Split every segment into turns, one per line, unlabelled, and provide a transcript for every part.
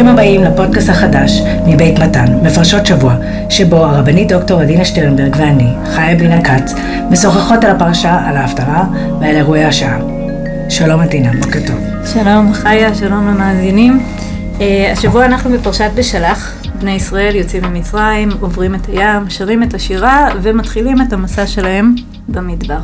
ברוכים הבאים לפודקאסט החדש מבית מתן, מפרשות שבוע, שבו הרבנית דוקטור עדינה שטרנברג ואני, חיה בינה כץ, משוחחות על הפרשה, על ההפטרה ועל אירועי השעה. שלום עדינה, בוקר טוב.
שלום חיה, שלום למאזינים. השבוע אנחנו בפרשת בשלח. בני ישראל יוצאים ממצרים, עוברים את הים, שרים את השירה ומתחילים את המסע שלהם במדבר.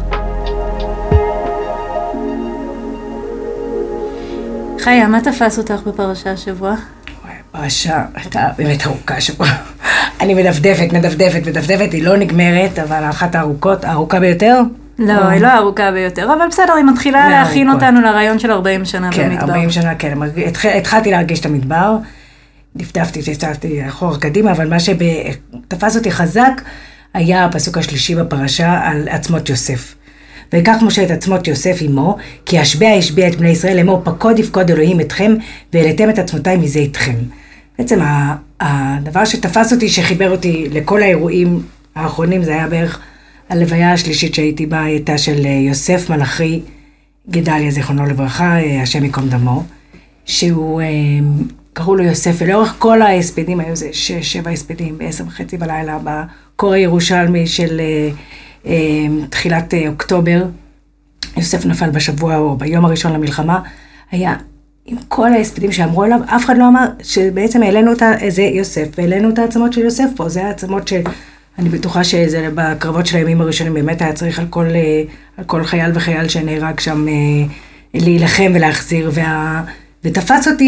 חיה, מה תפס אותך בפרשה השבוע?
פרשה הייתה באמת ארוכה השבוע. אני מדפדפת, היא לא נגמרת, אבל אחת הארוכה ביותר.
לא, היא לא הארוכה ביותר, אבל בסדר, היא מתחילה להכין אותנו לרעיון של 40 שנה במדבר.
כן, 40 שנה, כן. התחלתי להרגיש את המדבר, דפדפתי אחורה קדימה, אבל מה שתפס אותי חזק היה הפסוק השלישי בפרשה על עצמות יוסף. ויקח משה את עצמות יוסף עמו, כי השביע את בני ישראל לאמור, פקוד יפקוד אלוהים אתכם, והעליתם את עצמותיי מזה איתכם. בעצם הדבר שתפס אותי, שחיבר אותי לכל האירועים האחרונים, זה היה בערך הלוויה השלישית שהייתי בה, הייתה של יוסף מלאכי גדליה, זיכרונו לברכה, השם יקום דמו, שהוא, קראו לו יוסף, ולאורך כל ההספדים, היו זה 7 הספדים, ב10:30 בלילה, בקור הירושלמי של תחילת אוקטובר, יוסף נפל בשבוע או ביום הראשון למלחמה, היה עם כל ההספדים שאמרו אליו, אף אחד לא אמר שבעצם העלינו את זה יוסף, והעלינו את העצמות של יוסף פה, זה העצמות שאני בטוחה שזה בקרבות של הימים הראשונים, באמת היה צריך על כל חייל וחייל שנהרג שם להילחם ולהחזיר, ותפס אותי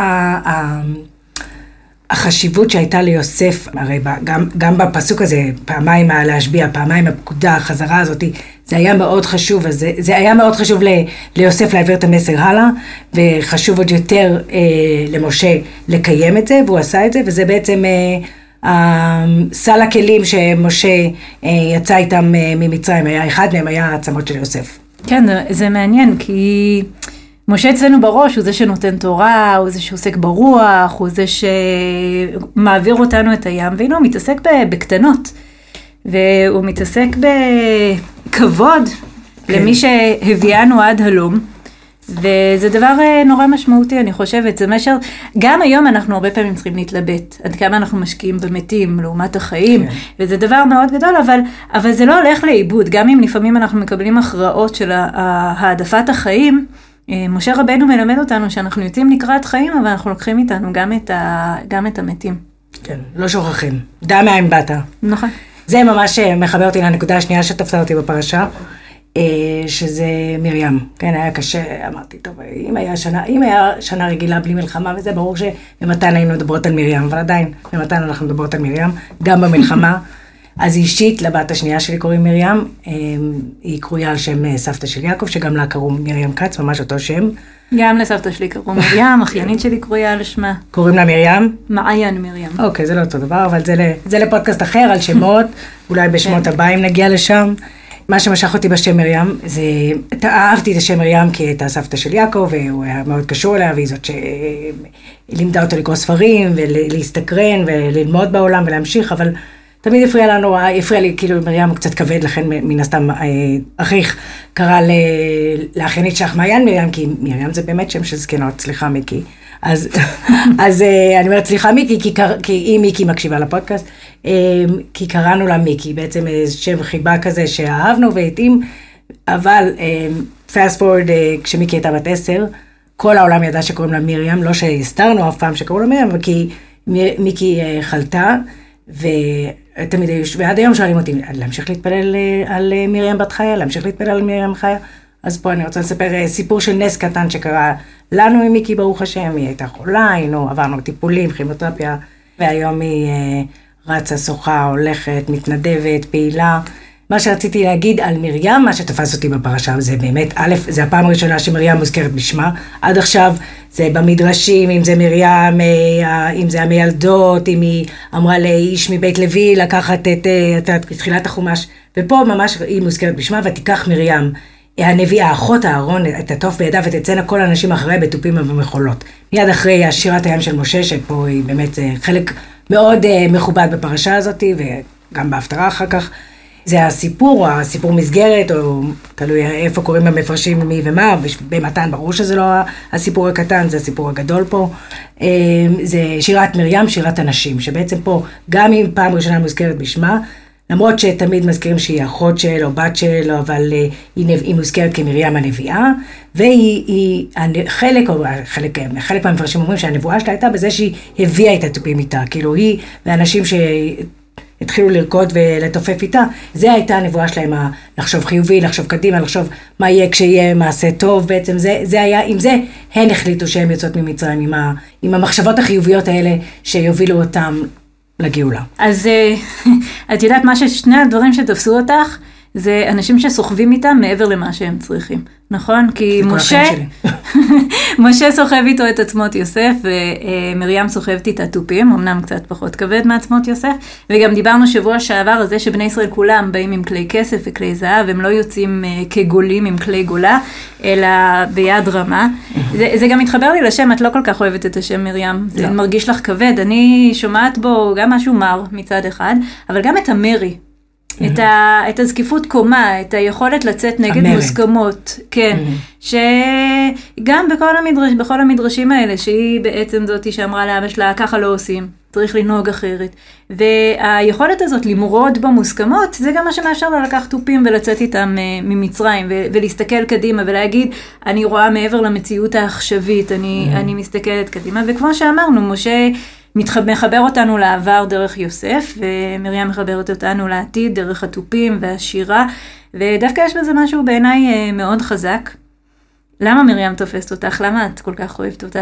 החשיבות שהייתה ליוסף, הרי גם בפסוק הזה, פעמיים להשביע, פעמיים הפקודה, החזרה הזאת, זה היה מאוד חשוב, זה היה מאוד חשוב ליוסף להעביר את המסר הלאה, וחשוב עוד יותר למשה לקיים את זה, והוא עשה את זה, וזה בעצם סל הכלים שמשה יצא איתם ממצרים, אחד מהם היה העצמות של יוסף.
כן, זה מעניין, כי משה אצלנו בראש הוא זה שנותן תורה, הוא זה שעוסק ברוח, הוא זה שמעביר אותנו את הים, והנה הוא מתעסק בקטנות, והוא מתעסק בכבוד למי שהביאנו עד הלום, וזה דבר נורא משמעותי, אני חושבת, זה משהו, גם היום אנחנו הרבה פעמים צריכים להתלבט, עד כמה אנחנו משקיעים במתים לעומת החיים, וזה דבר מאוד גדול, אבל זה לא הולך לאיבוד, גם אם לפעמים אנחנו מקבלים הכרעות של העדפת החיים, משה רבנו מלמד אותנו שאנחנו יוצאים לקראת חיים, אבל אנחנו לוקחים איתנו גם את המתים. כן,
לא שוכחים. דע מאין באת.
נכון.
זה ממש מחבר אותי לנקודה השנייה שתפסה אותי בפרשה, שזה מרים. כן, היה קשה, אמרתי, טוב, אם היה שנה רגילה בלי מלחמה, וזה ברור שבמתן היינו מדברות על מרים, אבל עדיין במתן אנחנו מדברות על מרים, גם במלחמה. אז אישית, לבת השנייה שלי קוראים מרים, היא קרויה על שם סבתא של יעקב, שגם לה קראו מרים כץ, ממש אותו שם.
גם לסבתא שלי קראו מרים, אחיינית שלי קרויה על שמה.
קוראים לה מרים?
מעיין מרים.
אוקיי, זה לא אותו דבר, אבל זה לפודקאסט אחר, על שמות, אולי בשמות הבאים נגיע לשם. מה שמשך אותי בשם מרים, אהבתי את השם מרים כי הייתה סבתא של יעקב, והוא היה מאוד קשור אליה, והיא זאת שלימדה אותו לקרוא ספרים, ולהסתקרן, וללמוד בעולם, ולהמשיך, אבל תמיד הפריע לי, כאילו מרים קצת כבד, לכן מן הסתם אחיך קרא לאחיינית שלך מעיין מרים, כי מרים זה באמת שם של זקנות, סליחה מיקי. אז אני אומרת סליחה מיקי, כי היא מיקי מקשיבה לפודקאסט, כי קראנו לה מיקי, בעצם שם חיבה כזה שאהבנו והתאים, אבל fast forward, כשמיקי הייתה בת 10, כל העולם ידע שקוראים לה מרים, לא שהסתרנו אף פעם שקוראים לה מרים, אבל כי מיקי חלתה, ותמיד ועד היום שואלים אותי, להמשיך להתפלל על מרים בת חיה, להמשיך להתפלל על מרים חיה, אז פה אני רוצה לספר סיפור של נס קטן שקרה לנו עם מיקי, ברוך השם, היא הייתה חולה, עברנו טיפולים, כימותרפיה, והיום היא רצה, שוחה, הולכת, מתנדבת, פעילה. מה שרציתי להגיד על מרים, מה שתפס אותי בפרשה, זה באמת, א', זה הפעם הראשונה שמרים מוזכרת בשמה, עד עכשיו זה במדרשים, אם זה מרים, אם זה המילדות, אם היא אמרה לאיש מבית לוי לקחת את תחילת החומש, ופה ממש היא מוזכרת בשמה, ותיקח מרים, הנביאה, אחות הארון, את התוף בידה, ותצאנה כל האנשים אחרי בתופים ובמחולות. מיד אחרי שירת הים של משה, שפה היא באמת חלק מאוד מכובד בפרשה הזאת, וגם בהפטרה אחר כך. זה הסיפור מסגרת, או תלוי איפה קוראים המפרשים מי ומה, במתן ברור שזה לא הסיפור הקטן, זה הסיפור הגדול פה. זה שירת מרים, שירת הנשים, שבעצם פה, גם אם פעם ראשונה מוזכרת בשמה, למרות שתמיד מזכירים שהיא אחות של או בת של, אבל היא מוזכרת כמרים הנביאה, והיא חלק מהמפרשים אומרים שהנבואה שלה הייתה בזה שהיא הביאה את התופים איתה, כאילו היא ואנשים שהתחילו לרקוד ולתופף איתה, זה הייתה הנבואה שלהם, לחשוב חיובי, לחשוב קדימה, לחשוב מה יהיה כשיהיה מעשה טוב, בעצם זה היה, עם זה הן החליטו שהן יוצאות ממצרים, עם המחשבות החיוביות האלה שיובילו אותם לגאולה.
אז את יודעת מה ששני הדברים שתפסו אותך, זה אנשים שסוחבים איתם מעבר למה שהם צריכים, נכון? כי משה סוחב איתו את עצמות יוסף, ומרים סוחבת איתה תופים, אמנם קצת פחות כבד מעצמות יוסף, וגם דיברנו שבוע שעבר על זה שבני ישראל כולם באים עם כלי כסף וכלי זהב, הם לא יוצאים כגולים עם כלי גולה, אלא ביד רמה. זה גם מתחבר לי לשם, את לא כל כך אוהבת את השם מרים, זה מרגיש לך כבד, אני שומעת בו גם משהו מר מצד אחד, אבל גם את המרי. את הזקיפות קומה, את היכולת לצאת נגד מוסכמות, כן, שגם בכל המדרשים האלה, שהיא בעצם זאתי שאמרה לאבא שלה, ככה לא עושים, צריך לנהוג אחרת, והיכולת הזאת למרוד במוסכמות, זה גם מה שמאפשר לה לקחת תופים ולצאת איתם ממצרים, ולהסתכל קדימה ולהגיד, אני רואה מעבר למציאות העכשווית, אני מסתכלת קדימה, וכמו שאמרנו, משה מחבר אותנו לעבר דרך יוסף, ומרים מחברת אותנו לעתיד דרך התופים והשירה, ודווקא יש בזה משהו בעיניי מאוד חזק. למה מרים תופסת אותך? למה את כל כך אוהבת אותה?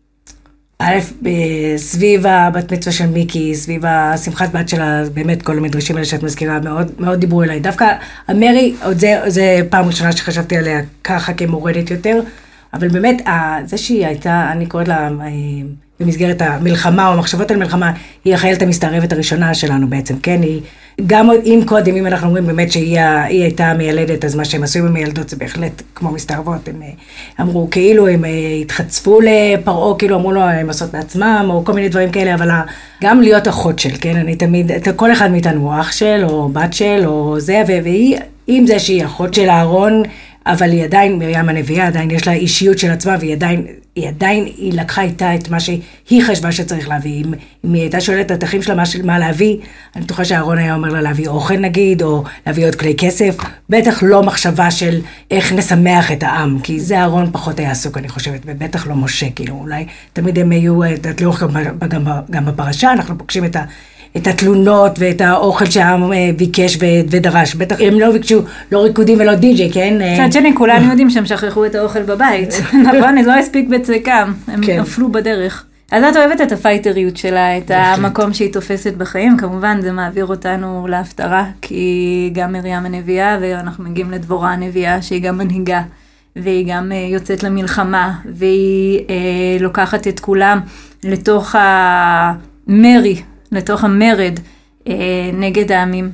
סביב הבת מצווה של מיקי, סביב השמחת בת שלה, באמת כל המדרשים האלה שאת מזכירה, מאוד, מאוד דיברו אליי. דווקא המרי, זה פעם ראשונה שחשבתי עליה ככה כמורדת יותר, אבל באמת, זה שהיא הייתה, אני קוראת לה, במסגרת המלחמה או המחשבות על מלחמה, היא החיילת המסתערבת הראשונה שלנו בעצם, כן? היא, גם אם קודם, אם אנחנו אומרים באמת שהיא הייתה מיילדת, אז מה שהם עשו במילדות זה בהחלט כמו מסתערבות, הם אמרו כאילו, הם התחצפו לפרעה, כאילו אמרו לו, הם עושות בעצמם, או כל מיני דברים כאלה, אבל גם להיות אחות של, כן? אני תמיד, כל אחד מאיתנו הוא אח של, או בת של, או זה, והיא, עם זה שהיא אחות של אהרון, אבל היא עדיין, מרים הנביאה, עדיין יש לה אישיות של עצמה, והיא עדיין, היא לקחה איתה את מה שהיא חשבה שצריך להביא. אם היא הייתה שואלת את האחים שלה מה להביא, אני בטוחה שאהרון היה אומר לה להביא אוכל נגיד, או להביא עוד כלי כסף, בטח לא מחשבה של איך נשמח את העם, כי זה אהרון פחות היה עסוק, אני חושבת, ובטח לא משה, כאילו, אולי תמיד הם היו, לאורך גם בפרשה, אנחנו פוגשים את התלונות ואת האוכל שהעם ביקש ודרש. בטח הם לא ביקשו, לא ריקודים ולא די-ג'יי, כן?
צד שני, כולנו יודעים שהם שכחו את האוכל בבית. נכון, לא הספיק בצקם, הם נפלו בדרך. אז את אוהבת את הפייטריות שלה, את המקום שהיא תופסת בחיים, כמובן זה מעביר אותנו להפטרה, כי גם מרים הנביאה, ואנחנו מגיעים לדבורה הנביאה, שהיא גם מנהיגה, והיא גם יוצאת למלחמה, והיא לוקחת את כולם לתוך המרי, לתוך המרד נגד העמים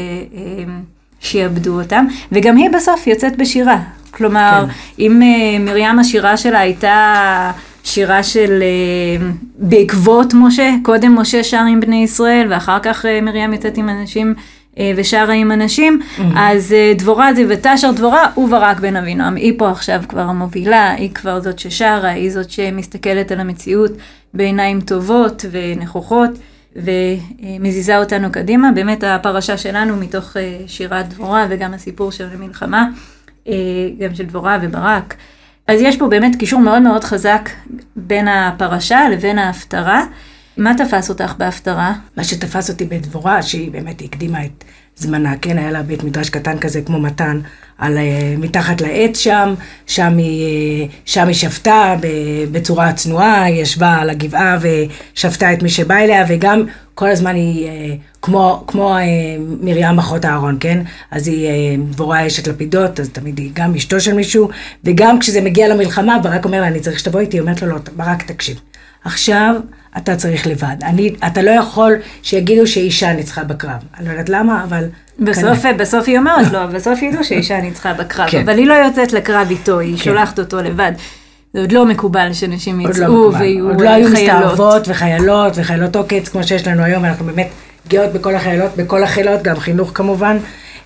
שיעבדו אותם, וגם היא בסוף יוצאת בשירה. כלומר, אם מרים השירה שלה הייתה שירה של בעקבות משה, קודם משה שר עם בני ישראל, ואחר כך מרים יוצאת עם אנשים ושרה עם אנשים, אז דבורה זה ותשר דבורה וברק בן אבינועם. היא פה עכשיו כבר המובילה, היא כבר זאת ששרה, היא זאת שמסתכלת על המציאות בעיניים טובות ונכוחות, ומזיזה אותנו קדימה. באמת הפרשה שלנו מתוך שירת דבורה, וגם הסיפור של המלחמה, גם של דבורה וברק. אז יש פה באמת קישור מאוד מאוד חזק בין הפרשה לבין ההפטרה. מה תפס אותך בהפטרה?
מה שתפס אותי בדבורה, שהיא באמת הקדימה את זמנה, כן, היה לה בית מדרש קטן כזה כמו מתן, מתחת לעץ שם היא שבתה בצורה צנועה, היא ישבה על הגבעה ושבתה את מי שבא אליה, וגם כל הזמן היא כמו מרים אחות אהרון, כן? אז היא דבורה אשת לפידות, אז תמיד היא גם אשתו של מישהו, וגם כשזה מגיע למלחמה, ברק אומר לה, אני צריך שתבוא איתי, היא אומרת לו, לא, ברק תקשיב. עכשיו אתה צריך לבד. אתה לא יכול שיגידו שאישה ניצחה בקרב. אני לא יודעת למה, אבל...
בסוף היא אומרת לו, בסוף ידעו שאישה ניצחה בקרב, אבל היא לא יוצאת לקרב איתו, היא שולחת אותו לבד. זה עוד לא מקובל שנשים יצאו ויהיו
עוד לא היו מסתערבות וחיילות עוקץ, כמו שיש לנו היום, אנחנו באמת גאות בכל החיילות, בכל החילות, גם חינוך כמובן.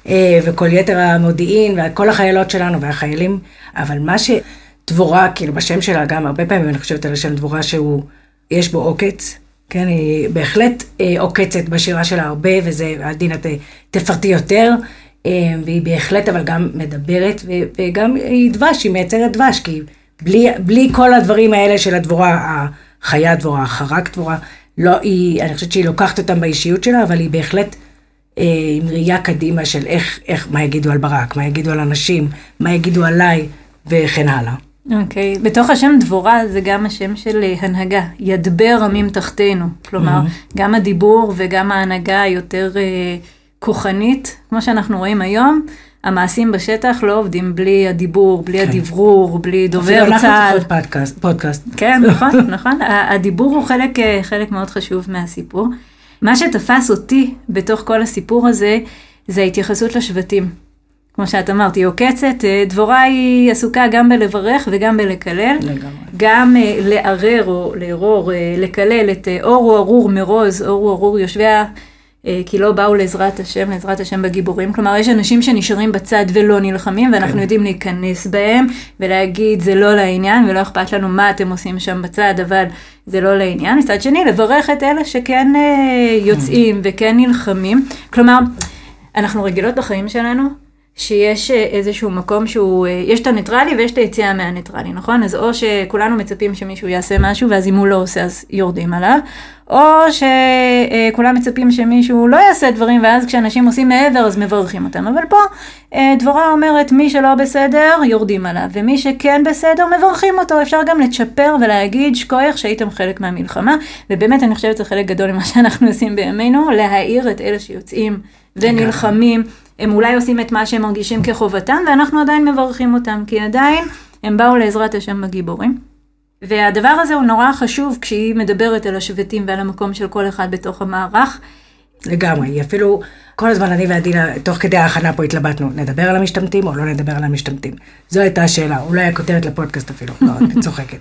וכל יתר המודיעין, וכל החיילות שלנו והחיילים, אבל מה שדבורה, כאילו בשם שלה גם, הרבה פעמים אני חושבת על השם דבורה שהוא, יש בו עוקץ, כן, היא בהחלט עוקצת בשירה שלה הרבה, וזה, עדינה תפרטי יותר, והיא בהחלט אבל גם מדברת, וגם היא דבש, היא מייצרת דבש, כי בלי כל הדברים האלה של הדבורה, החיה דבורה, החרק דבורה, לא, אני חושבת שהיא לוקחת אותם באישיות שלה, אבל היא בהחלט עם ראייה קדימה של מה יגידו על ברק, מה יגידו על אנשים, מה יגידו עליי, וכן הלאה.
אוקיי, בתוך השם דבורה זה גם השם של הנהגה, ידבר עמים תחתינו, כלומר, גם הדיבור וגם ההנהגה יותר כוחנית, כמו שאנחנו רואים היום, המעשים בשטח לא עובדים בלי הדיבור, בלי הדברור, בלי דובר צה"ל.
אפילו אנחנו צריכות פודקאסט.
כן, נכון. הדיבור הוא חלק מאוד חשוב מהסיפור. מה שתפס אותי בתוך כל הסיפור הזה, זה ההתייחסות לשבטים. כמו שאת אמרת, היא עוקצת, דבורה היא עסוקה גם בלברך וגם בלקלל. גם לערר או לערור, לקלל את אורו ארור מרוז, אורו ארור יושביה, כי לא באו לעזרת השם בגיבורים. כלומר, יש אנשים שנשארים בצד ולא נלחמים, ואנחנו יודעים להיכנס בהם, ולהגיד, זה לא לעניין, ולא אכפת לנו מה אתם עושים שם בצד, אבל זה לא לעניין. מצד שני, לברך את אלה שכן יוצאים וכן נלחמים. כלומר, אנחנו רגילות בחיים שלנו, שיש איזשהו מקום שהוא, יש את הניטרלי ויש את היציאה מהניטרלי, נכון? אז או שכולנו מצפים שמישהו יעשה משהו, ואז אם הוא לא עושה, אז יורדים עליו, או שכולם מצפים שמישהו לא יעשה דברים, ואז כשאנשים עושים מעבר, אז מברכים אותם. אבל פה דבורה אומרת, מי שלא בסדר, יורדים עליו, ומי שכן בסדר, מברכים אותו. אפשר גם לצ'פר ולהגיד, שכוח שהייתם חלק מהמלחמה, ובאמת אני חושבת זה חלק גדול ממה שאנחנו עושים בימינו, להעיר את אלה שיוצאים ונלחמים, הם אולי עושים את מה שהם מרגישים כחובתם, ואנחנו עדיין מברכים אותם, כי עדיין הם באו לעזרת השם בגיבורים. והדבר הזה הוא נורא חשוב כשהיא מדברת על השבטים ועל המקום של כל אחד בתוך המערך.
לגמרי, אפילו כל הזמן אני ועדינה, תוך כדי ההכנה פה התלבטנו, נדבר על המשתמטים או לא נדבר על המשתמטים. זו הייתה השאלה, אולי הכותרת לפודקאסט אפילו, לא, אני צוחקת.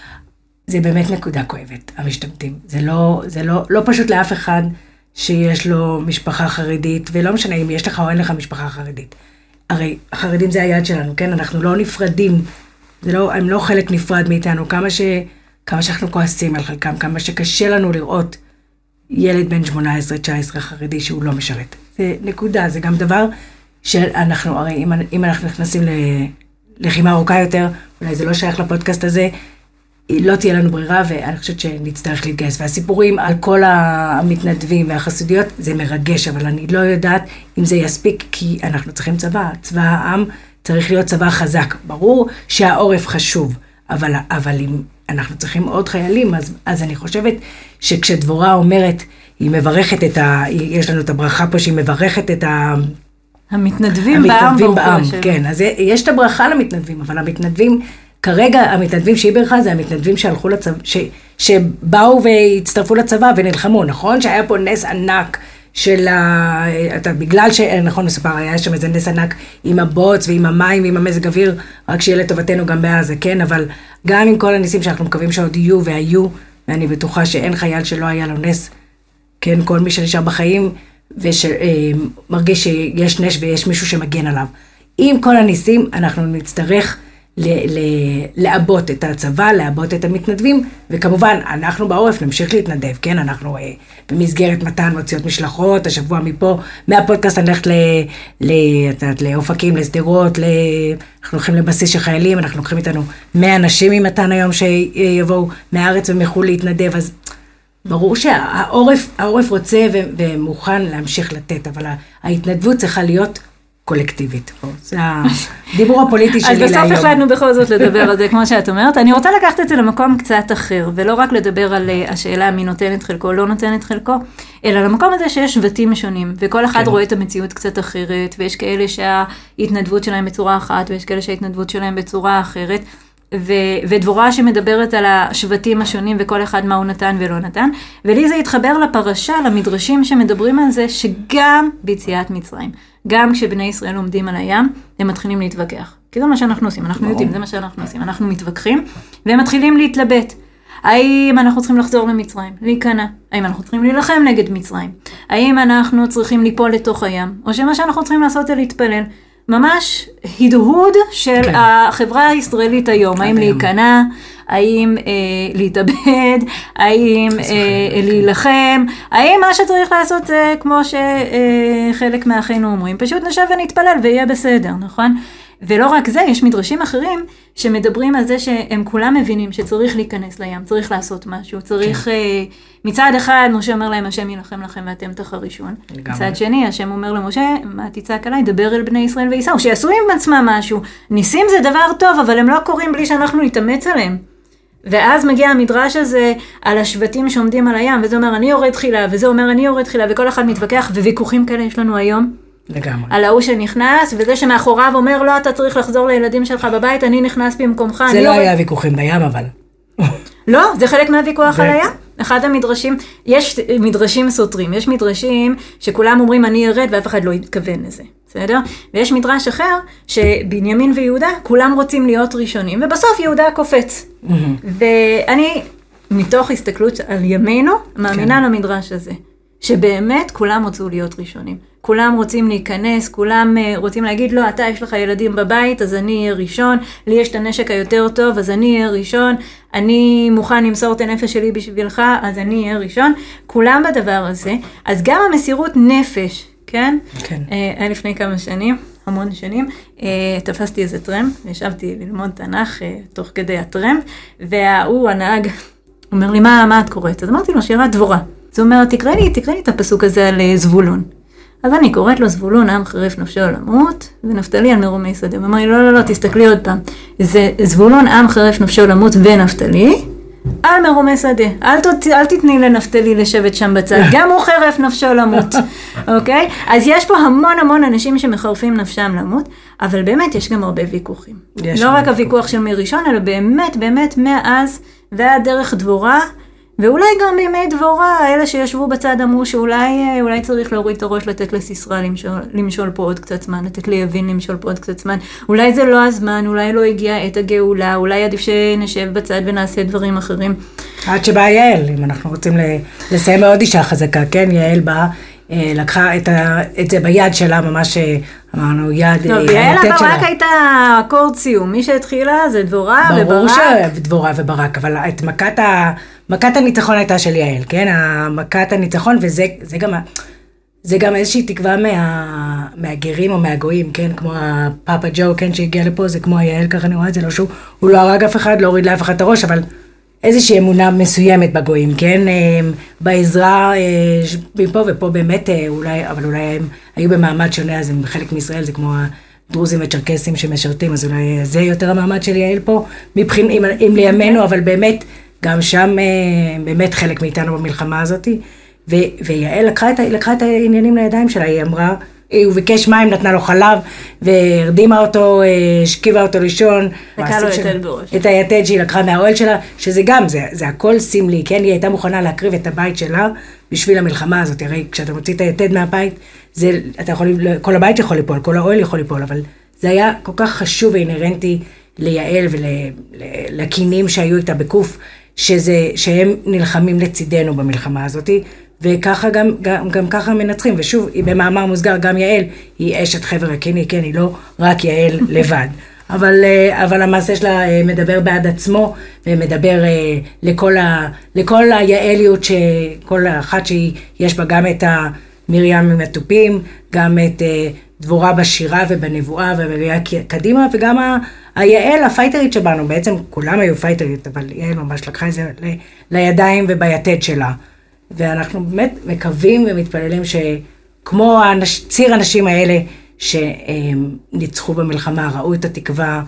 זה באמת נקודה כואבת, המשתמטים. זה לא פשוט לאף אחד שיש לו משפחה חרדית, ולא משנה אם יש לך או אין לך משפחה חרדית. הרי החרדים זה היד שלנו, כן? אנחנו לא נפרדים, הם לא חלק נפרד מאיתנו, כמה שאנחנו כועסים על חלקם, כמה שקשה לנו לראות ילד בן 18-19 חרדי שהוא לא משרת. זה נקודה, זה גם דבר שאנחנו, הרי אם אנחנו נכנסים ללחימה ארוכה יותר, אולי זה לא שייך לפודקאסט הזה, לא תהיה לנו ברירה, ואני חושבת שנצטרך להתגייס. והסיפורים על כל המתנדבים והחסידיות, זה מרגש, אבל אני לא יודעת אם זה יספיק, כי אנחנו צריכים צבא. צבא העם צריך להיות צבא חזק. ברור שהעורף חשוב, אבל אם אנחנו צריכים עוד חיילים, אז אני חושבת שכשדבורה אומרת, היא מברכת יש לנו את הברכה פה, שהיא מברכת את
המתנדבים
בעם. כן, אז יש את הברכה למתנדבים, אבל המתנדבים, כרגע המתנדבים שהיא ברכה זה המתנדבים שהלכו לצבא, שבאו והצטרפו לצבא ונלחמו, נכון? שהיה פה נס ענק בגלל שנכון מסופר, היה שם איזה נס ענק עם הבוץ ועם המים ועם המזג אוויר, רק שיהיה לטובתנו גם בעזה, כן? אבל גם עם כל הניסים שאנחנו מקווים שעוד יהיו והיו, ואני בטוחה שאין חייל שלא היה לו נס, כן? כל מי שנשאר בחיים ומרגיש שיש נס ויש מישהו שמגן עליו. עם כל הניסים אנחנו נצטרך לעבות את הצבא, לעבות את המתנדבים, וכמובן, אנחנו בעורף נמשיך להתנדב, כן? אנחנו במסגרת מתן מוציאות משלחות, השבוע מפה, מהפודקאסט אני הולכת לאופקים, לסדרות, אנחנו הולכים לבסיס של חיילים, אנחנו לוקחים איתנו 100 אנשים ממתן היום שיבואו מהארץ ומחול להתנדב, אז ברור שהעורף רוצה ומוכן להמשיך לתת, אבל ההתנדבות צריכה להיות קולקטיבית. זה הדיבור הפוליטי שלי להיום.
אז בסוף החלטנו בכל זאת לדבר על זה, כמו שאת אומרת. אני רוצה לקחת את זה למקום קצת אחר, ולא רק לדבר על השאלה מי נותנת חלקו, לא נותנת חלקו, אלא למקום הזה שיש שבטים שונים, וכל אחד רואה את המציאות קצת אחרת, ויש כאלה שההתנדבות שלהם בצורה אחת, ויש כאלה שההתנדבות שלהם בצורה אחרת, ודבורה שמדברת על השבטים השונים וכל אחד מה הוא נתן ולא נתן, ולי זה התחבר לפרשה, למדרשים שמדברים על זה, שגם ביציאת מצרים, גם כשבני ישראל עומדים על הים, הם מתחילים להתווכח. כי זה מה שאנחנו עושים, אנחנו יודעים, זה מה שאנחנו עושים, אנחנו מתווכחים, והם מתחילים להתלבט. האם אנחנו צריכים לחזור למצרים, להיכנע? האם אנחנו צריכים להילחם נגד מצרים? האם אנחנו צריכים ליפול לתוך הים? או שמה שאנחנו צריכים לעשות זה להתפלל? ממש הדהוד של כן. החברה הישראלית היום, האם להיכנע, האם להתאבד, האם להילחם, האם מה שצריך לעשות זה כמו שחלק מאחינו אומרים, פשוט נשב ונתפלל ויהיה בסדר, נכון? ולא רק זה, יש מדרשים אחרים שמדברים על זה שהם כולם מבינים שצריך להיכנס לים, צריך לעשות משהו, צריך מצד אחד משה אומר להם, השם ילחם לכם ואתם תחרישון. מצד שני, השם אומר למשה, מה תצעק עליי, דבר אל בני ישראל וייסעו, שיעשו עם עצמם משהו. ניסים זה דבר טוב, אבל הם לא קורים בלי שאנחנו נתאמץ עליהם. ואז מגיע המדרש הזה על השבטים שעומדים על הים, וזה אומר אני יורד תחילה, וזה אומר אני יורד תחילה, וכל אחד מתווכח, וויכוחים כאלה יש לנו היום.
לגמרי.
על ההוא שנכנס, וזה שמאחוריו אומר, לא, אתה צריך לחזור לילדים שלך בבית, אני נכנס במקומך.
זה לא היה ויכוחים בים, אבל.
לא, זה חלק מהוויכוח על הים. אחד המדרשים, יש מדרשים סותרים, יש מדרשים שכולם אומרים, אני ירד, ואף אחד לא יתכוון לזה. בסדר? ויש מדרש אחר, שבנימין ויהודה, כולם רוצים להיות ראשונים, ובסוף יהודה קופץ. ואני, מתוך הסתכלות על ימינו, מאמינה למדרש הזה. שבאמת כולם רוצים להיות ראשונים. כולם רוצים להיכנס, כולם רוצים להגיד, לא, אתה יש לך ילדים בבית, אז אני אהיה ראשון, לי יש את הנשק היותר טוב, אז אני אהיה ראשון, אני מוכן למסור את הנפש שלי בשבילך, אז אני אהיה ראשון. כולם בדבר הזה, אז גם המסירות נפש, כן?
כן.
היה לפני כמה שנים, המון שנים, תפסתי איזה טרמפ, ישבתי ללמוד תנ"ך תוך כדי הטרמפ, והוא הנהג, אומר לי, מה את קוראת? אז אמרתי לו, שירת דבורה. זאת אומרת, תקרא לי את הפסוק הזה על זבולון. אז אני קוראת לו זבולון, עם חרף נפשו למות, ונפתלי על מרומי שדה. ואמר לי, לא, תסתכלי עוד פעם. זה זבולון, עם חרף נפשו למות ונפתלי, על מרומי שדה. אל תתני לנפתלי לשבת שם בצד, גם הוא חרף נפשו למות. אוקיי? אז יש פה המון אנשים שמחרפים נפשם למות, אבל באמת יש גם הרבה ויכוחים. לא רק הוויכוח של מראשון, אלא באמת מאז ועד דרך דבורה, ואולי גם בימי דבורה, אלה שישבו בצד אמרו שאולי צריך להוריד את הראש, לתת לסיסרא למשול פה עוד קצת זמן, לתת ליבין למשול פה עוד קצת זמן. אולי זה לא הזמן, אולי לא הגיע עת הגאולה, אולי עדיף שנשב בצד ונעשה דברים אחרים.
עד שבאה יעל, אם אנחנו רוצים לסיים מאוד אישה חזקה, כן? יעל באה, לקחה את זה ביד שלה, ממש אמרנו יד,
טוב, יעל הברק הייתה אקורד סיום, מי שהתחילה זה דבורה וברק.
ברור שדבורה וברק, אבל את מכת הניצחון הייתה של יעל, כן? מכת הניצחון, וזה גם איזושהי תקווה מהגרים או מהגויים, כן? כמו הפאפה ג'ו, כן? שהגיע לפה, זה כמו יעל, ככה אני רואה את זה, לא שהוא לא הרג אף אחד, לא הוריד לאף אחד את הראש, אבל איזושהי אמונה מסוימת בגויים, כן? בעזרה, מפה ופה באמת, אבל אולי הם היו במעמד שונה, אז הם חלק מישראל, זה כמו הדרוזים וצ'רקסים שמשרתים, אז אולי זה יותר המעמד של יעל פה, אם לימינו, אבל באמת, גם שם באמת חלק מאיתנו במלחמה הזאת, ויעל לקחה את העניינים לידיים שלה, היא אמרה, הוא ביקש מים, נתנה לו חלב, והרדימה אותו, שכיבה אותו לישון,
לקחה לו יתד בראש.
את היתד שהיא לקחה מהאוהל שלה, שזה גם, זה הכל סמלי, כן? היא הייתה מוכנה להקריב את הבית שלה, בשביל המלחמה הזאת, הרי כשאתה מוציא את היתד מהבית, כל הבית יכול ליפול, כל האוהל יכול ליפול, אבל זה היה כל כך חשוב ואינרנטי ליעל ולקינים שהיו איתה בקוף, שהם נלחמים לצידנו במלחמה הזאת, וככה גם ככה מנצחים, ושוב, היא במאמר מוסגר, גם יעל, היא אשת חבר הקיני, כן, היא לא רק יעל לבד, אבל המעשה שלה מדבר בעד עצמו, ומדבר לכל היעליות, שכל אחת שיש בה גם את מרים עם התופים, גם את דבורה בשירה ובנבואה ובראייה קדימה, וגם היעל הפייטרית שבנו, בעצם כולם היו פייטרית, אבל יעל ממש לקחה את זה לידיים וביתד שלה. ואנחנו באמת מקווים ומתפללים שכמו ציר הנשים האלה שניצחו במלחמה, ראו את התקווה,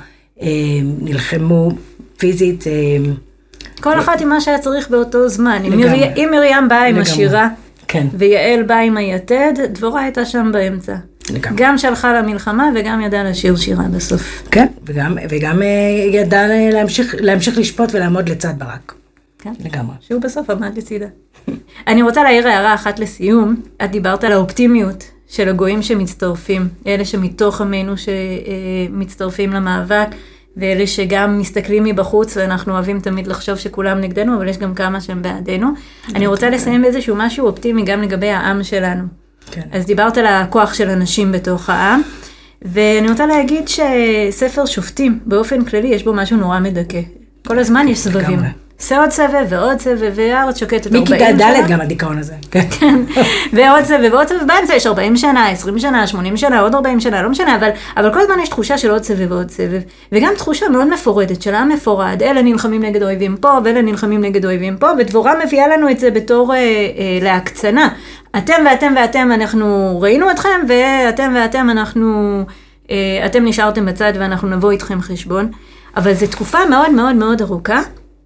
נלחמו פיזית.
כל אחת עם מה שהיה צריך באותו זמן. אם מרים באה עם השירה,
כן.
ויעל באה עם היתד, דבורה הייתה שם באמצע. גם שלחה למלחמה וגם ידעה לשיר שירה בסוף.
כן, וגם ידעה להמשיך לשפוט ולעמוד לצד ברק.
כן, לגמרי. שהוא בסוף עמד לצידה. אני רוצה להעיר הערה אחת לסיום. את דיברת על האופטימיות של הגויים שמצטרפים, אלה שמתוך עמנו שמצטרפים למאבק, ואלה שגם מסתכלים מבחוץ, ואנחנו אוהבים תמיד לחשוב שכולם נגדנו, אבל יש גם כמה שהם בעדינו. אני רוצה לסיים באיזשהו משהו אופטימי גם לגבי העם שלנו. אז דיברת על הכוח של אנשים בתוך העם, ואני רוצה להגיד שספר שופטים, באופן כללי, יש בו משהו נורא מדכא. כל הזמן יש סבבים. עושה עוד סבב ועוד סבב, והארץ שוקטת 40 שנה.
מכיתה ד' גם הדיכאון הזה.
כן, ועוד סבב ועוד סבב, באמצע יש 40 שנה, 20 שנה, 80 שנה, עוד 40 שנה, לא משנה, אבל כל הזמן יש תחושה של עוד סבב ועוד סבב, וגם תחושה מאוד מפורדת, של העם מפורד, אלה נלחמים נגד אויבים פה, ואלה נלחמים נגד אויבים פה, ודבורה מביאה לנו את זה בתור להקצנה. אתם ואתם ואתם, אנחנו ראינו אתכם, ואתם ואתם, אתם נשארתם בצד, ואנחנו נבוא איתכם חשבון, אבל זו תקופה מאוד מאוד מאוד ארוכה,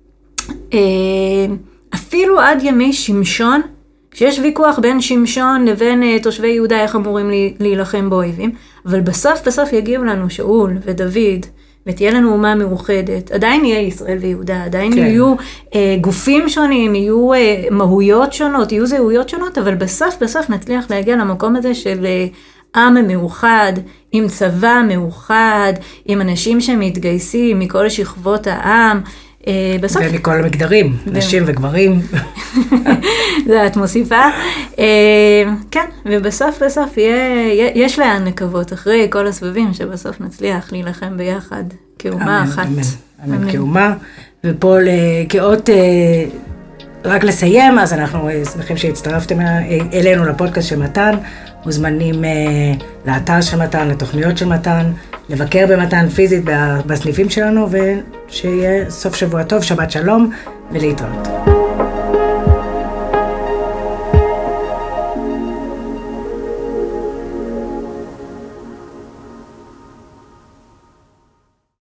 אפילו עד ימי שמשון, שיש ויכוח בין שמשון לבין תושבי יהודה איך אמורים להילחם באויבים, אבל בסוף יגיעו לנו שאול ודוד, ותהיה לנו אומה מאוחדת, עדיין יהיה ישראל ויהודה, עדיין יהיו גופים שונים, יהיו מהויות שונות, יהיו זהויות שונות, אבל בסוף נצליח להגיע למקום הזה של עם מאוחד, עם צבא מאוחד, עם אנשים שמתגייסים מכל שכבות העם,
ומכל המגדרים, נשים וגברים.
זה את מוסיפה. כן, ובסוף יש לאן לקוות, אחרי כל הסבבים שבסוף נצליח להילחם ביחד כאומה אחת.
אמן, כאומה. ופה כאות, רק לסיים, אז אנחנו שמחים שהצטרפתם אלינו לפודקאסט של מתן, מוזמנים לאתר של מתן, לתוכניות של מתן, לבקר במתן פיזית בסניפים שלנו, ושיהיה סוף שבוע טוב, שבת שלום ולהתראות.